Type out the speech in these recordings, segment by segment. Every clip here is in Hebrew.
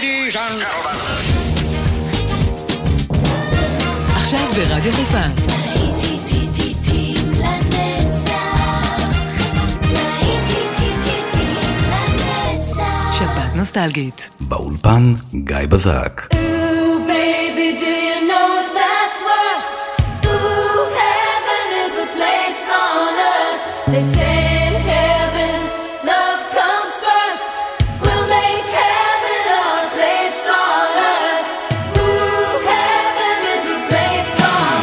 Ladies and gentlemen. עכשיו ברדיו חיפה. שבת נוסטלגית. באולפן גיא בזק. They say in heaven, love comes first. We'll make heaven a place on earth. Ooh, heaven is a place on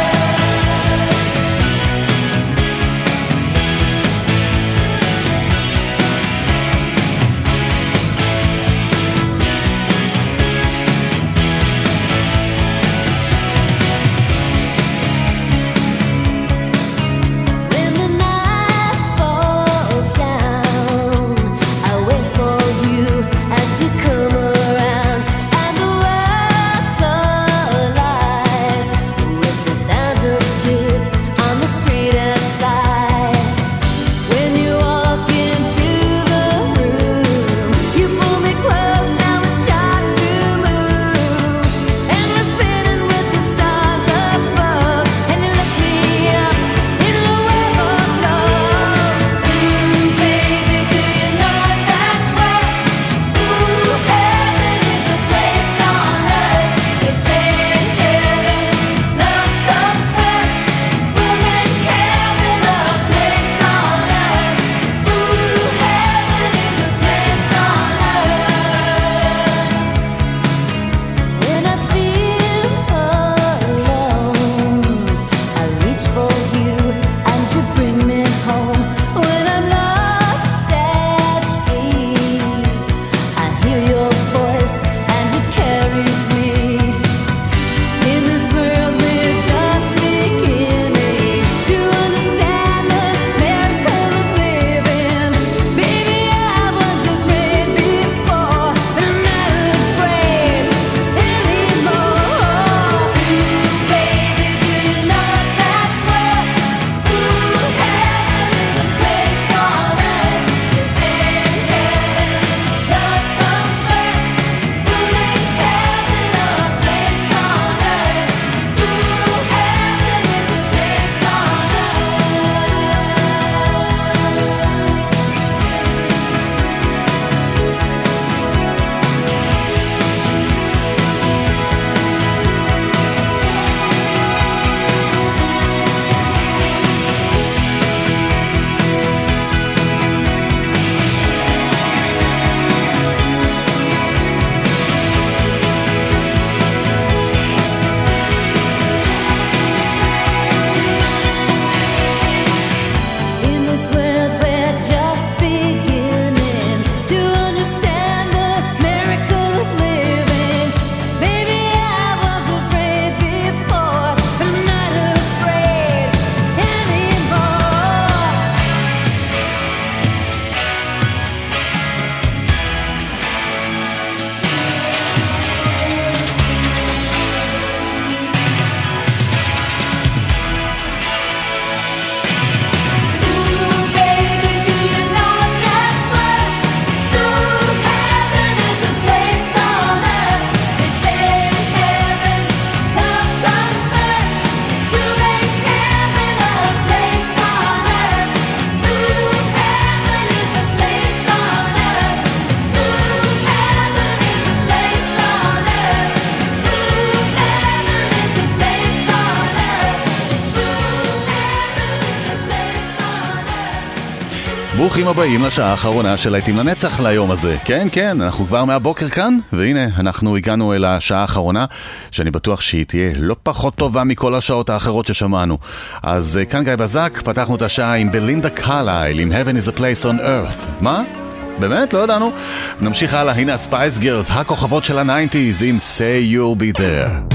ברוכים הבאים לשעה האחרונה של להיטים לנצח ליום הזה. כן, כן, אנחנו כבר מהבוקר כאן, והנה, אנחנו הגענו אל השעה האחרונה, שאני בטוח שהיא תהיה לא פחות טובה מכל השעות האחרות ששמענו. אז כאן גיא בזק, פתחנו את השעה עם בלינדה קרלייל, עם Heaven is a place on earth. מה? באמת? לא ידענו. נמשיך הלאה, הנה הספייס גירלס, הכוכבות של ה-90s, עם Say You'll Be There.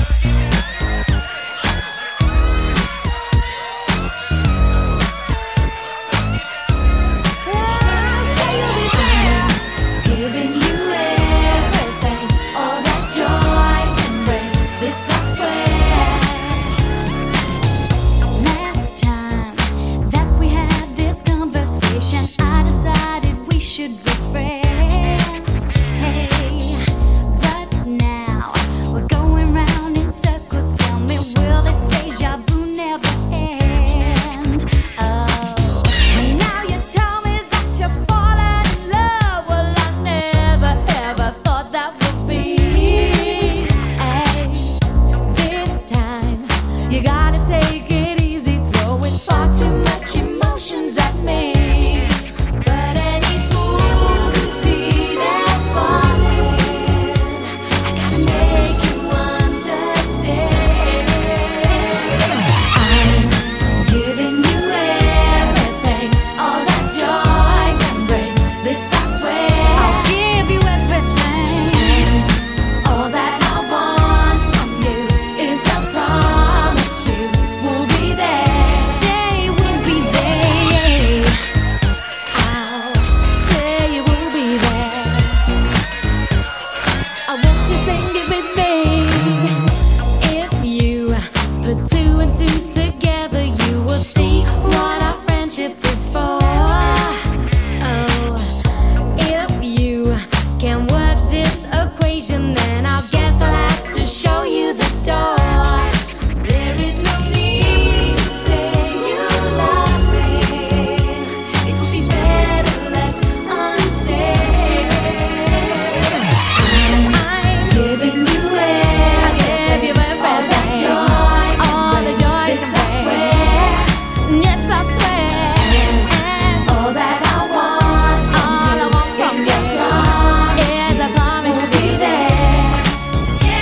I decided we should be friends. Hey, this equation, then I guess I'll have to show you the door. There is no need to say you love me. It would be better left unsaid. I'm giving you it. I give you everything. All that joy, all the joy. Yes, I swear. Yes, I swear. And all that I want from you, is a promise. We'll be there.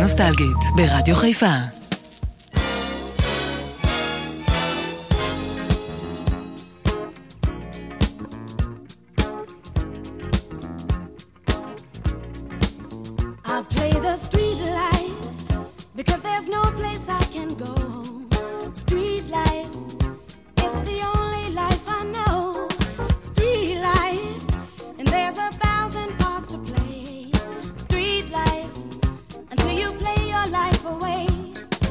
נוסטלגית, ברדיו חיפה. I'll play the street life because there's no place I can go. Street life, it's the only life I know. Street life, and there's 1,000 parts to play. Street life, until you play your life away.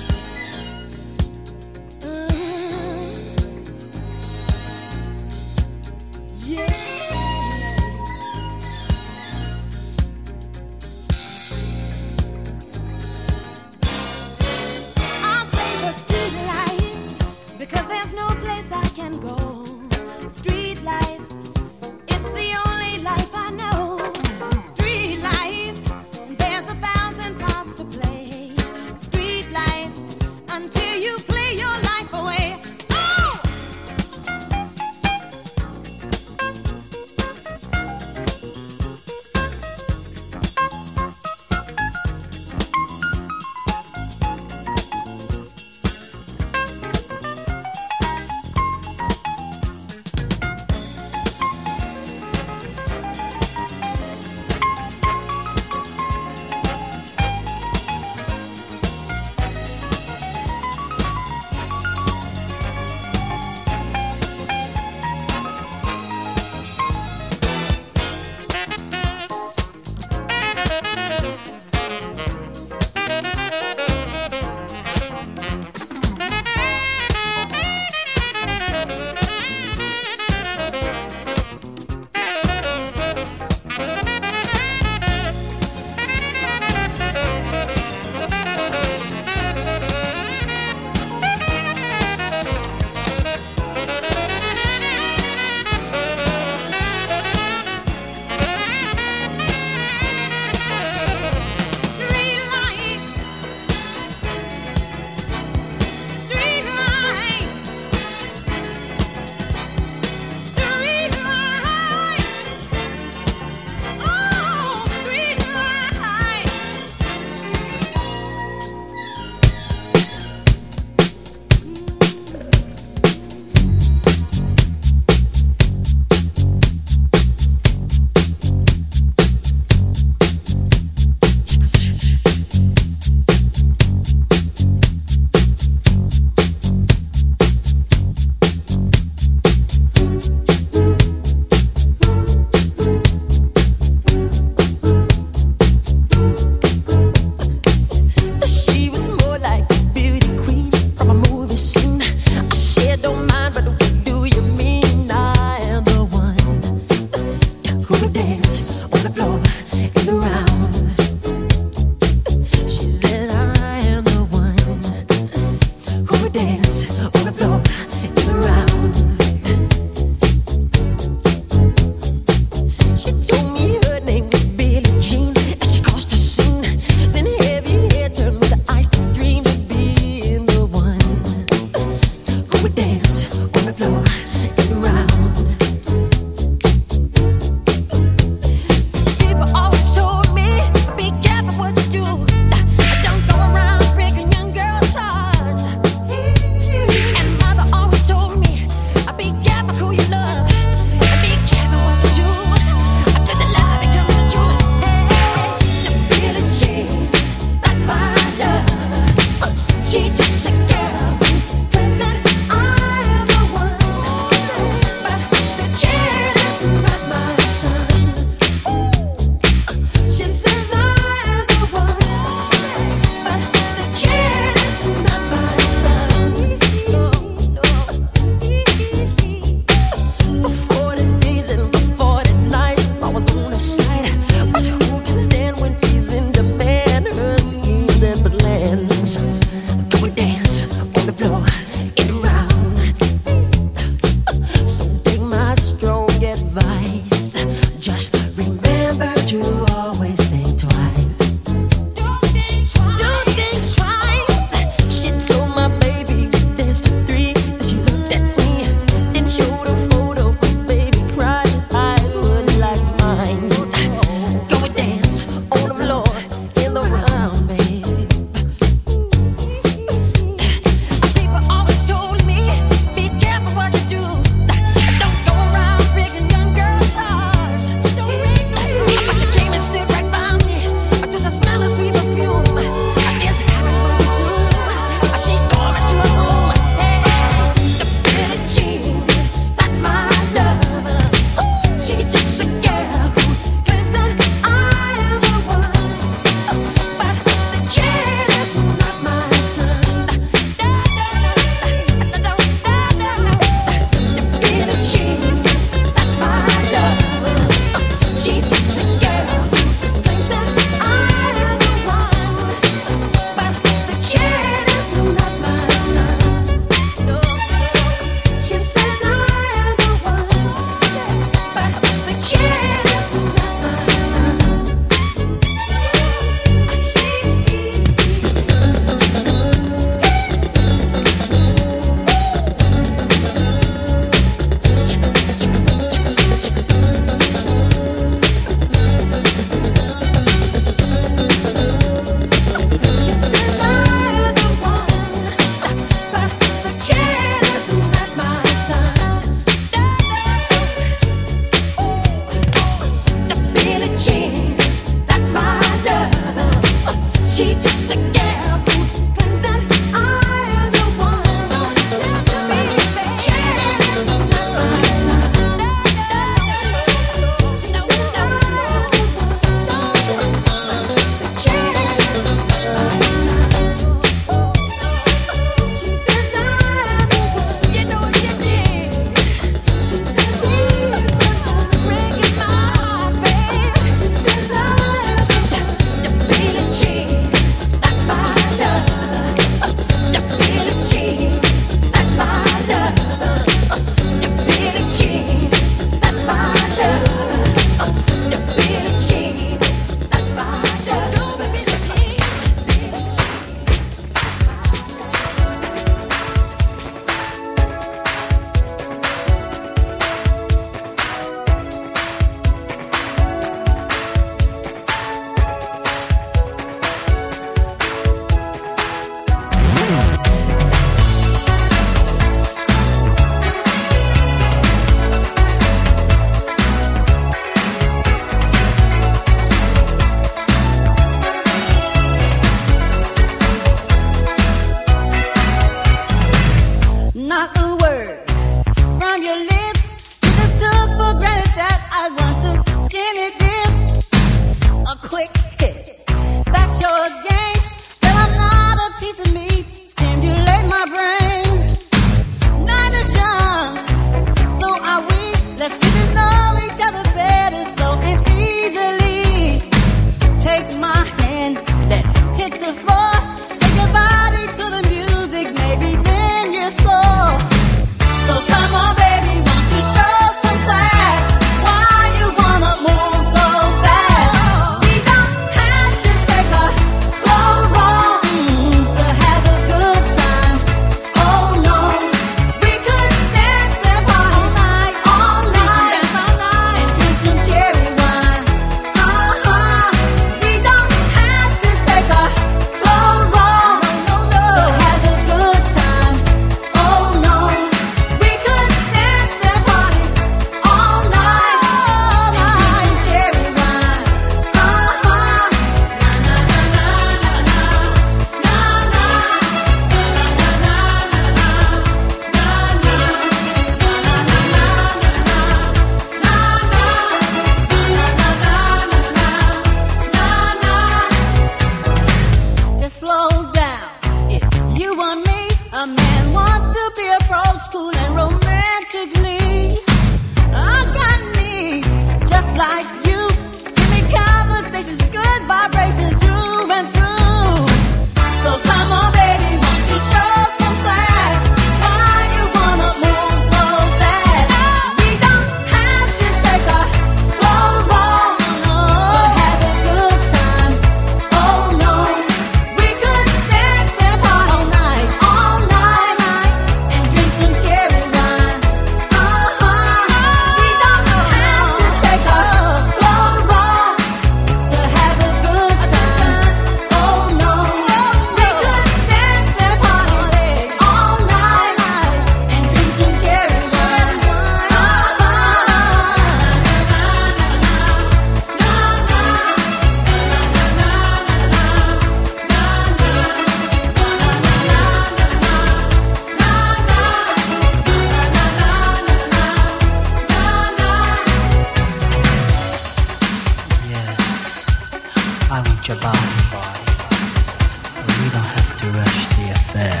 your body. But we don't have to rush the affair.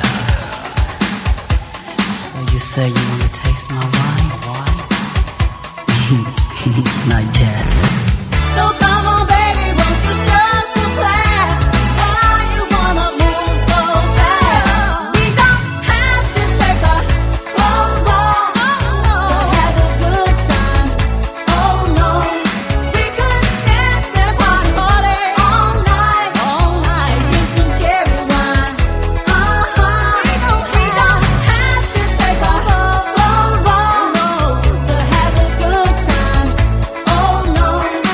So you say you want to taste my wine? Not yet. So come on, baby, won't you show some class? Why you wanna move so fast? We don't have to take our clothes off to have a good time. Oh no, we could dance and party all night, drink some cherry wine. We don't have to take our clothes off to have a good time. Oh no.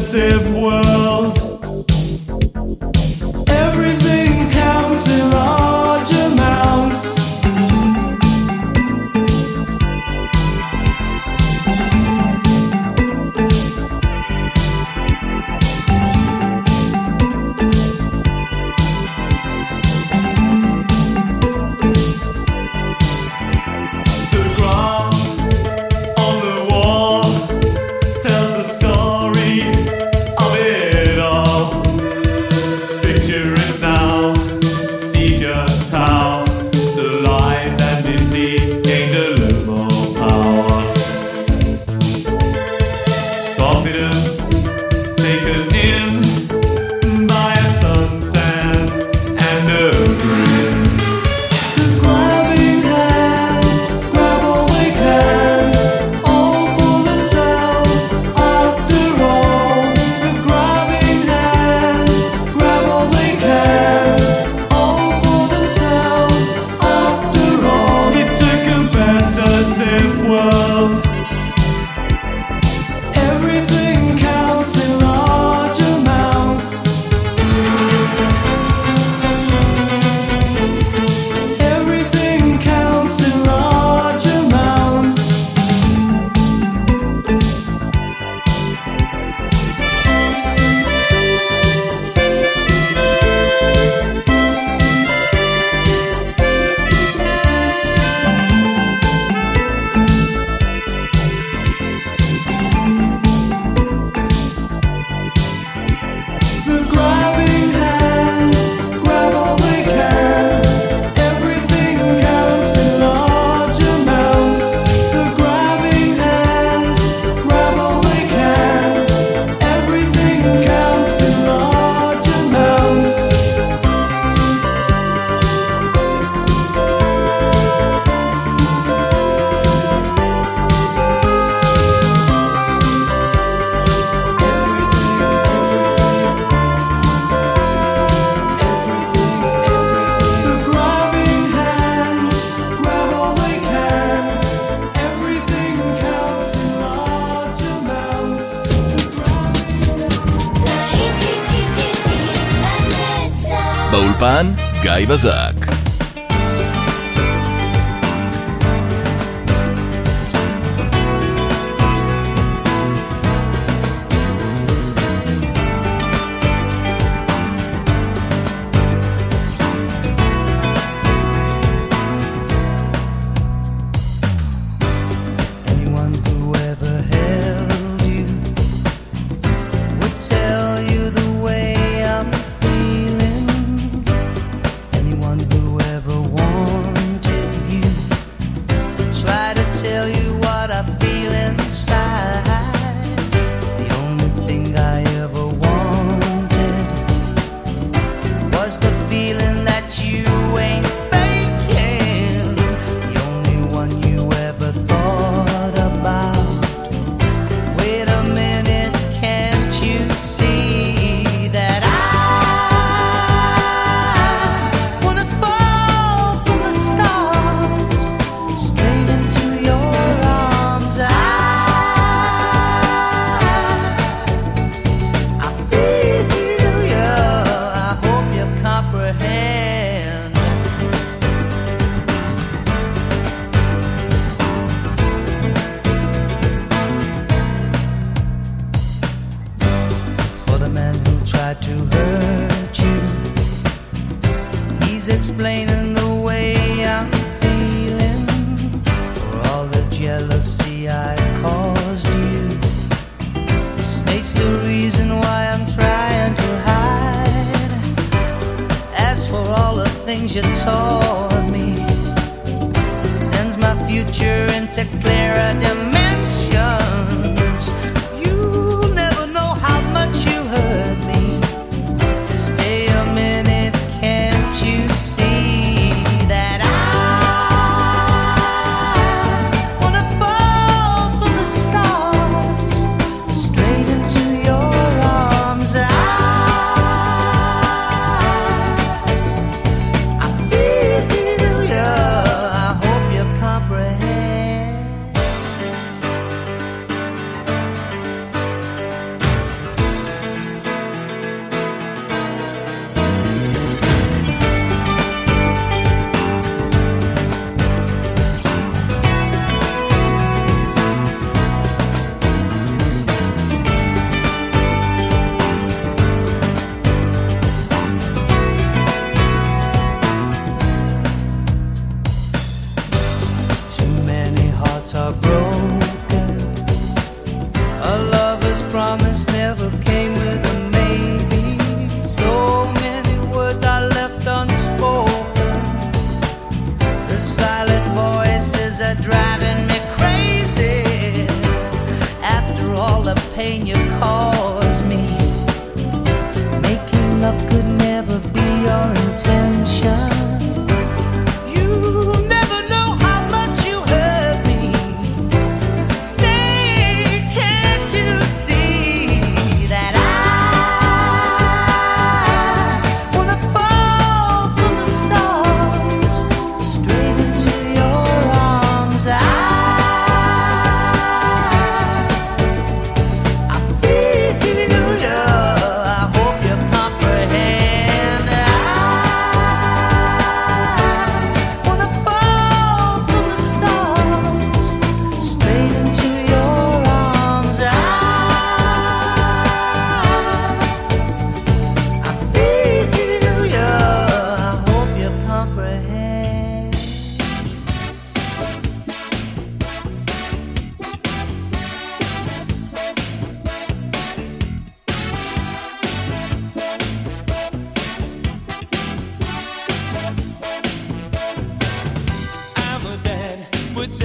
competitive world. Everything counts in large amounts. באולפן גיא בזק.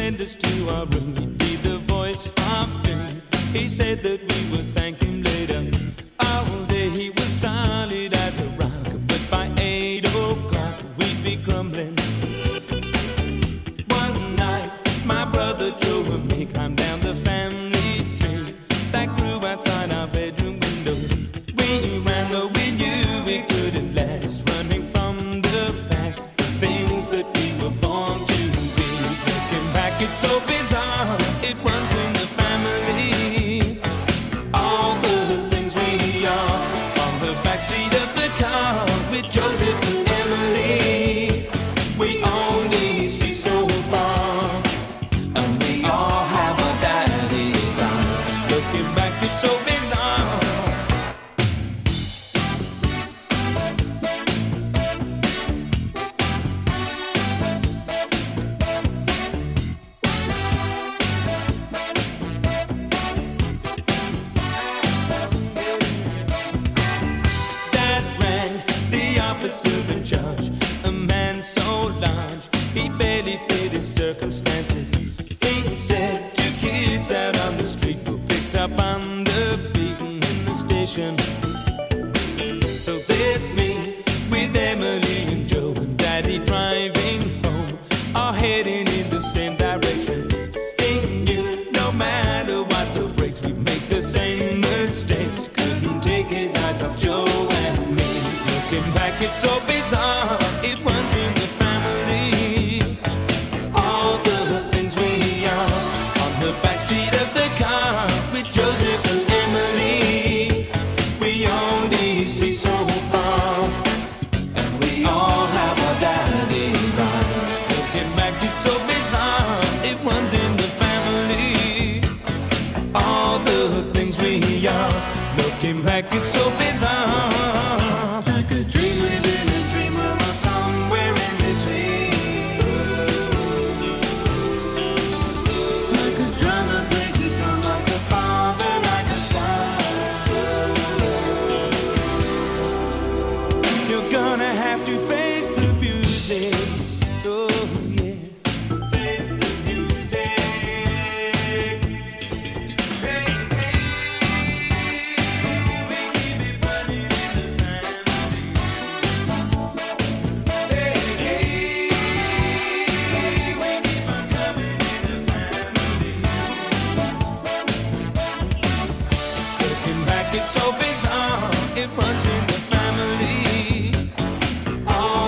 send us to our room. He'd be the voice of doom. He said that we would thank him later. All day he was solid as a rock, but by 8 o'clock we'd be crumbling. One night my brother Joe and me climbed down the family tree that grew outside our bedroom window. We ran though we knew it couldn't last, running from the past, things that we were born to be. Looking back, it's so bizarre, it runs in the family. All the things we are on the backseat of the car with Joseph and Emily. We only see so far, and we all have our daddy's eyes. Looking back, it's so bizarre. Officer in charge, a man so large, he barely fit his circumstances. He said 2 kids out on the street were picked up on the beaten in the station. So there's me with Emily and Joe and Daddy driving home, all heading in the same direction. He knew no matter what the brakes, we'd make the same mistakes. Couldn't take his eyes off Joe and me. Looking back, it's so bizarre, it runs in the family. All the things we are on the backseat of the car with Joseph and Emily. We only see so far, and we all have our daddy's eyes. Looking back, it's so bizarre, it runs in the family. All the things we are, looking back, it's so bizarre. Like a dream within a dream, or somewhere in between. Like a drum that breaks its drum, like a father, like a son. You're gonna have to face the music. Oh yeah, face the music. It's so bizarre, it runs in the family. All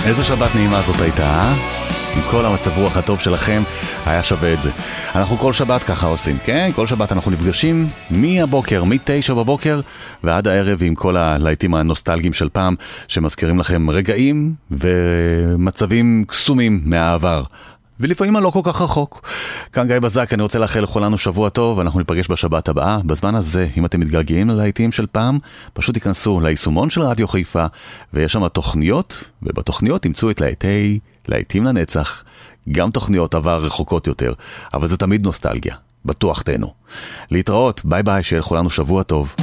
איזה שבת נעימה זאת הייתה, עם כל המצב רוח הטוב שלכם, היה שווה את זה. אנחנו כל שבת ככה עושים, כן? כל שבת אנחנו נפגשים מהבוקר, מ-9 בבוקר ועד הערב עם כל הלהיטים הנוסטלגיים של פעם, שמזכירים לכם רגעים ומצבים קסומים מהעבר. ולפעמים לא כל כך רחוק. כאן גיא בזק, אני רוצה לאחל לכולנו שבוע טוב, אנחנו ניפגש בשבת הבאה. בזמן הזה, אם אתם מתגעגעים ללהיטים של פעם, פשוט תיכנסו ליישומון של רדיו חיפה, ויש שם תוכניות, ובתוכניות תמצאו את להיטים לנצח, גם תוכניות עבר רחוקות יותר, אבל זה תמיד נוסטלגיה, בטוח תהנו. להתראות, ביי ביי, שיהיה לכולנו שבוע טוב.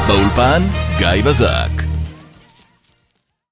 באולפן גיא בזק.